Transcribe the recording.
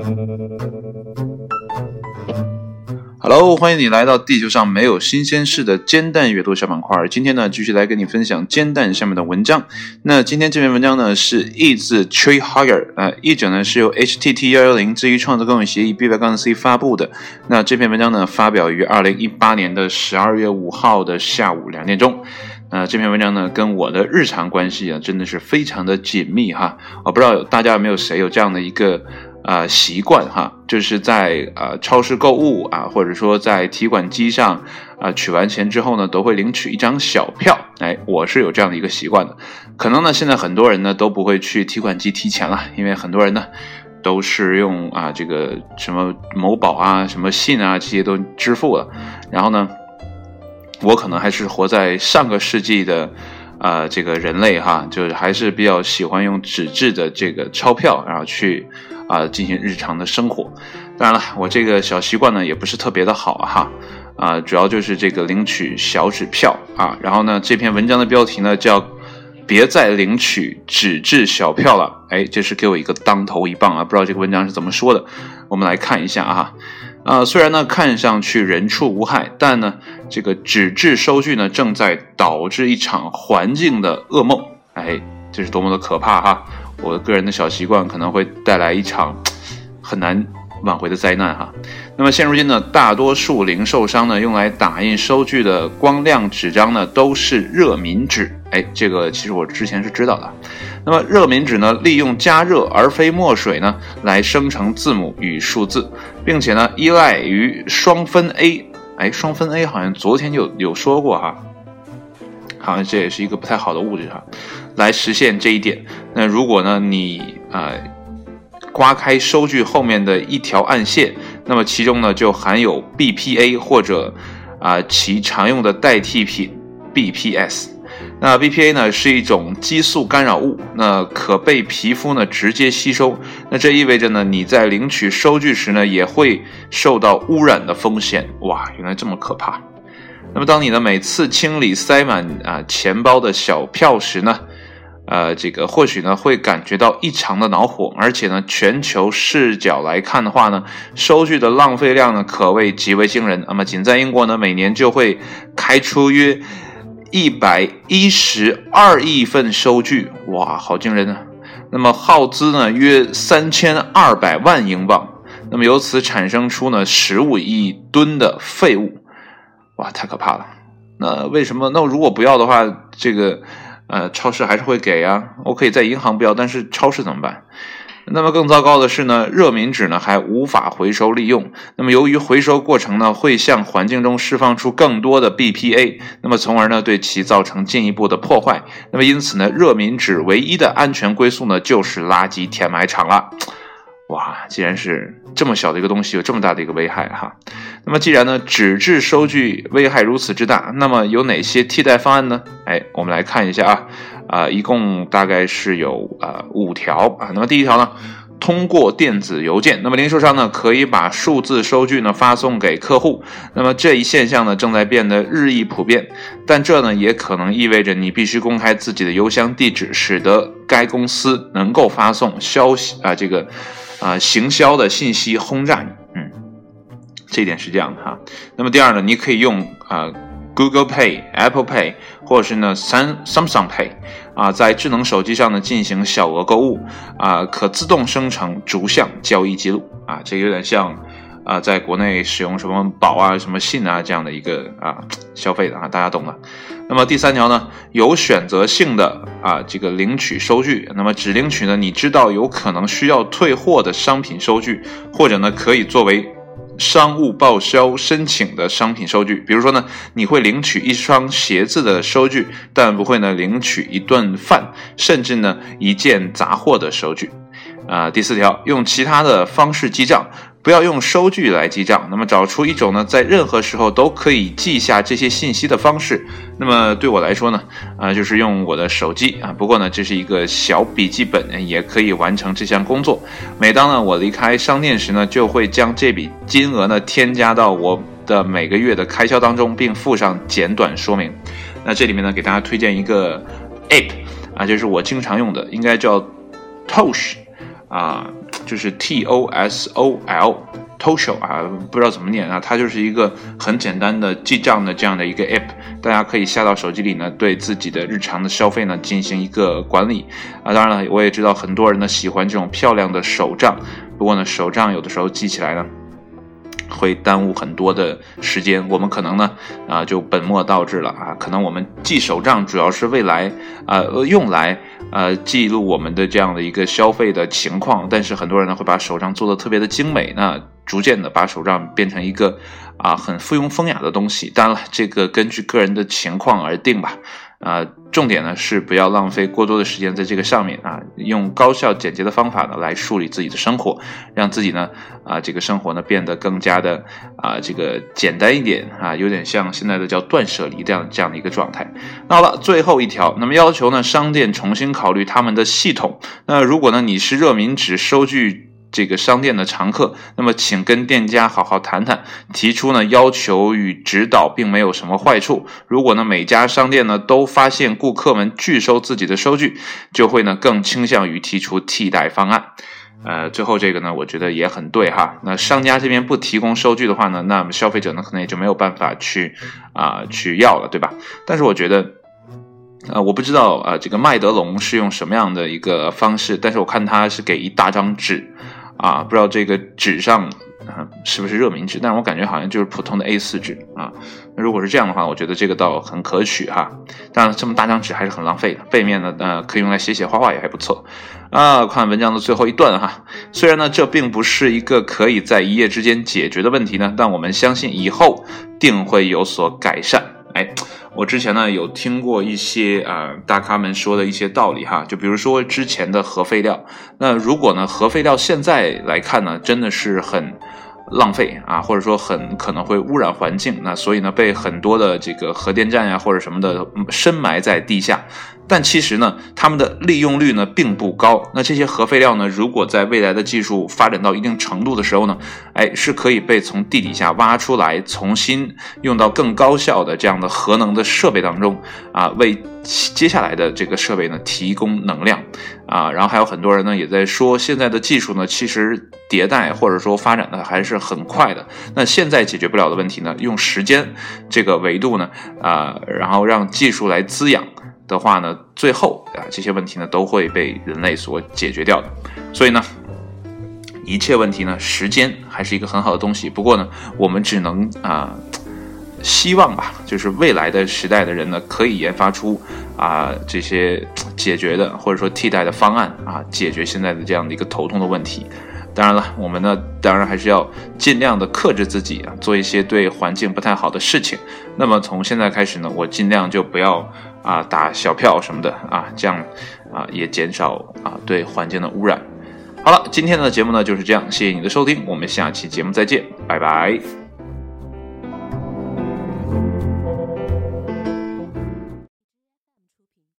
Hello， 欢迎你来到地球上没有新鲜事的煎蛋阅读小板块。今天呢，继续来跟你分享煎蛋下面的文章。那今天这篇文章呢是 Is Tree Hugger， 译者呢是由 HTT110 智育创作共有协议 B-C 发布的。那这篇文章呢发表于2018年的12月5号的下午2点钟。这篇文章呢跟我的日常关系真的是非常的紧密哈。我不知道大家有没有谁有这样的一个习惯哈，就是在超市购物或者说在提款机上取完钱之后呢，都会领取一张小票。我是有这样的一个习惯的。可能呢现在很多人呢都不会去提款机提钱了，因为很多人呢都是用这个什么某宝什么信这些都支付了。然后呢我可能还是活在上个世纪的这个人类哈，就是还是比较喜欢用纸质的这个钞票，然后去进行日常的生活。当然了，我这个小习惯呢也不是特别的好哈，主要就是这个领取小纸票然后呢这篇文章的标题呢叫别再领取纸质小票了。这是给我一个当头一棒不知道这个文章是怎么说的，我们来看一下虽然呢看上去人畜无害，但呢这个纸质收据呢正在导致一场环境的噩梦。这是多么的可怕哈！我个人的小习惯可能会带来一场很难挽回的灾难哈。那么现如今呢，大多数零售商呢用来打印收据的光亮纸张呢都是热敏纸。这个其实我之前是知道的。那么热敏纸呢利用加热而非墨水呢来生成字母与数字，并且呢依赖于双酚 A。双酚 A 好像昨天有说过哈，好像这也是一个不太好的物质来实现这一点。那如果呢你刮开收据后面的一条暗线，那么其中呢就含有 BPA 或者其常用的代替品 BPS。那 BPA 呢是一种激素干扰物，那可被皮肤呢直接吸收。那这意味着呢你在领取收据时呢也会受到污染的风险。哇，原来这么可怕。那么当你呢每次清理塞满钱包的小票时呢这个或许呢会感觉到异常的恼火，而且呢全球视角来看的话呢，收据的浪费量呢可谓极为惊人。那么仅在英国呢每年就会开出约112亿份收据。哇，好惊人那么耗资呢约3200万英镑，那么由此产生出呢15亿吨的废物。哇，太可怕了。那为什么？那如果不要的话，这个超市还是会给我可以在银行不要，但是超市怎么办？那么更糟糕的是呢，热敏纸呢还无法回收利用。那么由于回收过程呢会向环境中释放出更多的 BPA， 那么从而呢对其造成进一步的破坏。那么因此呢，热敏纸唯一的安全归宿呢就是垃圾填埋场了。哇，既然是这么小的一个东西有这么大的一个危害那么既然呢纸质收据危害如此之大，那么有哪些替代方案呢？我们来看一下一共大概是有5条那么第一条呢，通过电子邮件。那么零售商呢可以把数字收据呢发送给客户。那么这一现象呢正在变得日益普遍，但这呢也可能意味着你必须公开自己的邮箱地址，使得该公司能够发送消息行销的信息轰炸你。这一点是这样的那么第二呢，你可以用Google Pay、Apple Pay 或者是呢 Samsung Pay 在智能手机上呢进行小额购物可自动生成逐项交易记录这个有点像在国内使用什么宝什么信这样的一个消费的大家懂的。那么第三条呢，有选择性的这个领取收据。那么只领取呢你知道有可能需要退货的商品收据，或者呢可以作为商务报销申请的商品收据。比如说呢，你会领取一双鞋子的收据，但不会呢领取一顿饭，甚至呢一件杂货的收据。第四条，用其他的方式记账，不要用收据来记账。那么找出一种呢在任何时候都可以记下这些信息的方式。那么对我来说呢就是用我的手机不过呢这是一个小笔记本，也可以完成这项工作。每当呢我离开商店时呢，就会将这笔金额呢添加到我的每个月的开销当中，并附上简短说明。那这里面呢给大家推荐一个 app 就是我经常用的，应该叫 Tosh 就是 TOSOL。Tosol 啊，不知道怎么念啊，它就是一个很简单的记账的这样的一个 app， 大家可以下到手机里呢，对自己的日常的消费呢进行一个管理啊。当然了，我也知道很多人呢喜欢这种漂亮的手账，不过呢，手账有的时候记起来呢会耽误很多的时间，我们可能呢就本末倒置了啊。可能我们记手账主要是未来用来记录我们的这样的一个消费的情况，但是很多人呢会把手账做得特别的精美，那逐渐的把手账变成一个很附庸风雅的东西。当然了，这个根据个人的情况而定吧。重点呢是不要浪费过多的时间在这个上面啊，用高效简洁的方法呢来梳理自己的生活，让自己呢这个生活呢变得更加的这个简单一点啊，有点像现在的叫断舍离这样的一个状态。那好了，最后一条，那么要求呢商店重新考虑他们的系统。那如果呢你是热敏纸收据这个商店的常客，那么请跟店家好好谈谈，提出呢要求与指导并没有什么坏处。如果呢每家商店呢都发现顾客们拒收自己的收据，就会呢更倾向于提出替代方案。最后这个呢我觉得也很对哈。那商家这边不提供收据的话呢，那么消费者呢可能也就没有办法去要了，对吧？但是我觉得我不知道这个麦德龙是用什么样的一个方式，但是我看他是给一大张纸不知道这个纸上是不是热敏纸，但是我感觉好像就是普通的 A4 纸啊。那如果是这样的话，我觉得这个倒很可取哈。当然这么大张纸还是很浪费的，背面呢可以用来写画画也还不错看文章的最后一段哈，虽然呢这并不是一个可以在一夜之间解决的问题呢，但我们相信以后定会有所改善。我之前呢有听过一些大咖们说的一些道理哈，就比如说之前的核废料，那如果呢核废料现在来看呢真的是很浪费或者说很可能会污染环境，那所以呢被很多的这个核电站或者什么的深埋在地下，但其实呢它们的利用率呢并不高。那这些核废料呢如果在未来的技术发展到一定程度的时候呢是可以被从地底下挖出来，重新用到更高效的这样的核能的设备当中为接下来的这个设备呢提供能量然后还有很多人呢也在说，现在的技术呢其实迭代或者说发展的还是很快的，那现在解决不了的问题呢，用时间这个维度呢然后让技术来滋养的话呢，最后这些问题呢都会被人类所解决掉的。所以呢一切问题呢时间还是一个很好的东西，不过呢我们只能希望吧，就是未来的时代的人呢可以研发出这些解决的或者说替代的方案解决现在的这样的一个头痛的问题。当然了，我们呢当然还是要尽量的克制自己做一些对环境不太好的事情。那么从现在开始呢，我尽量就不要打小票什么的这样也减少对环境的污染。好了，今天的节目呢就是这样，谢谢你的收听，我们下期节目再见，拜拜。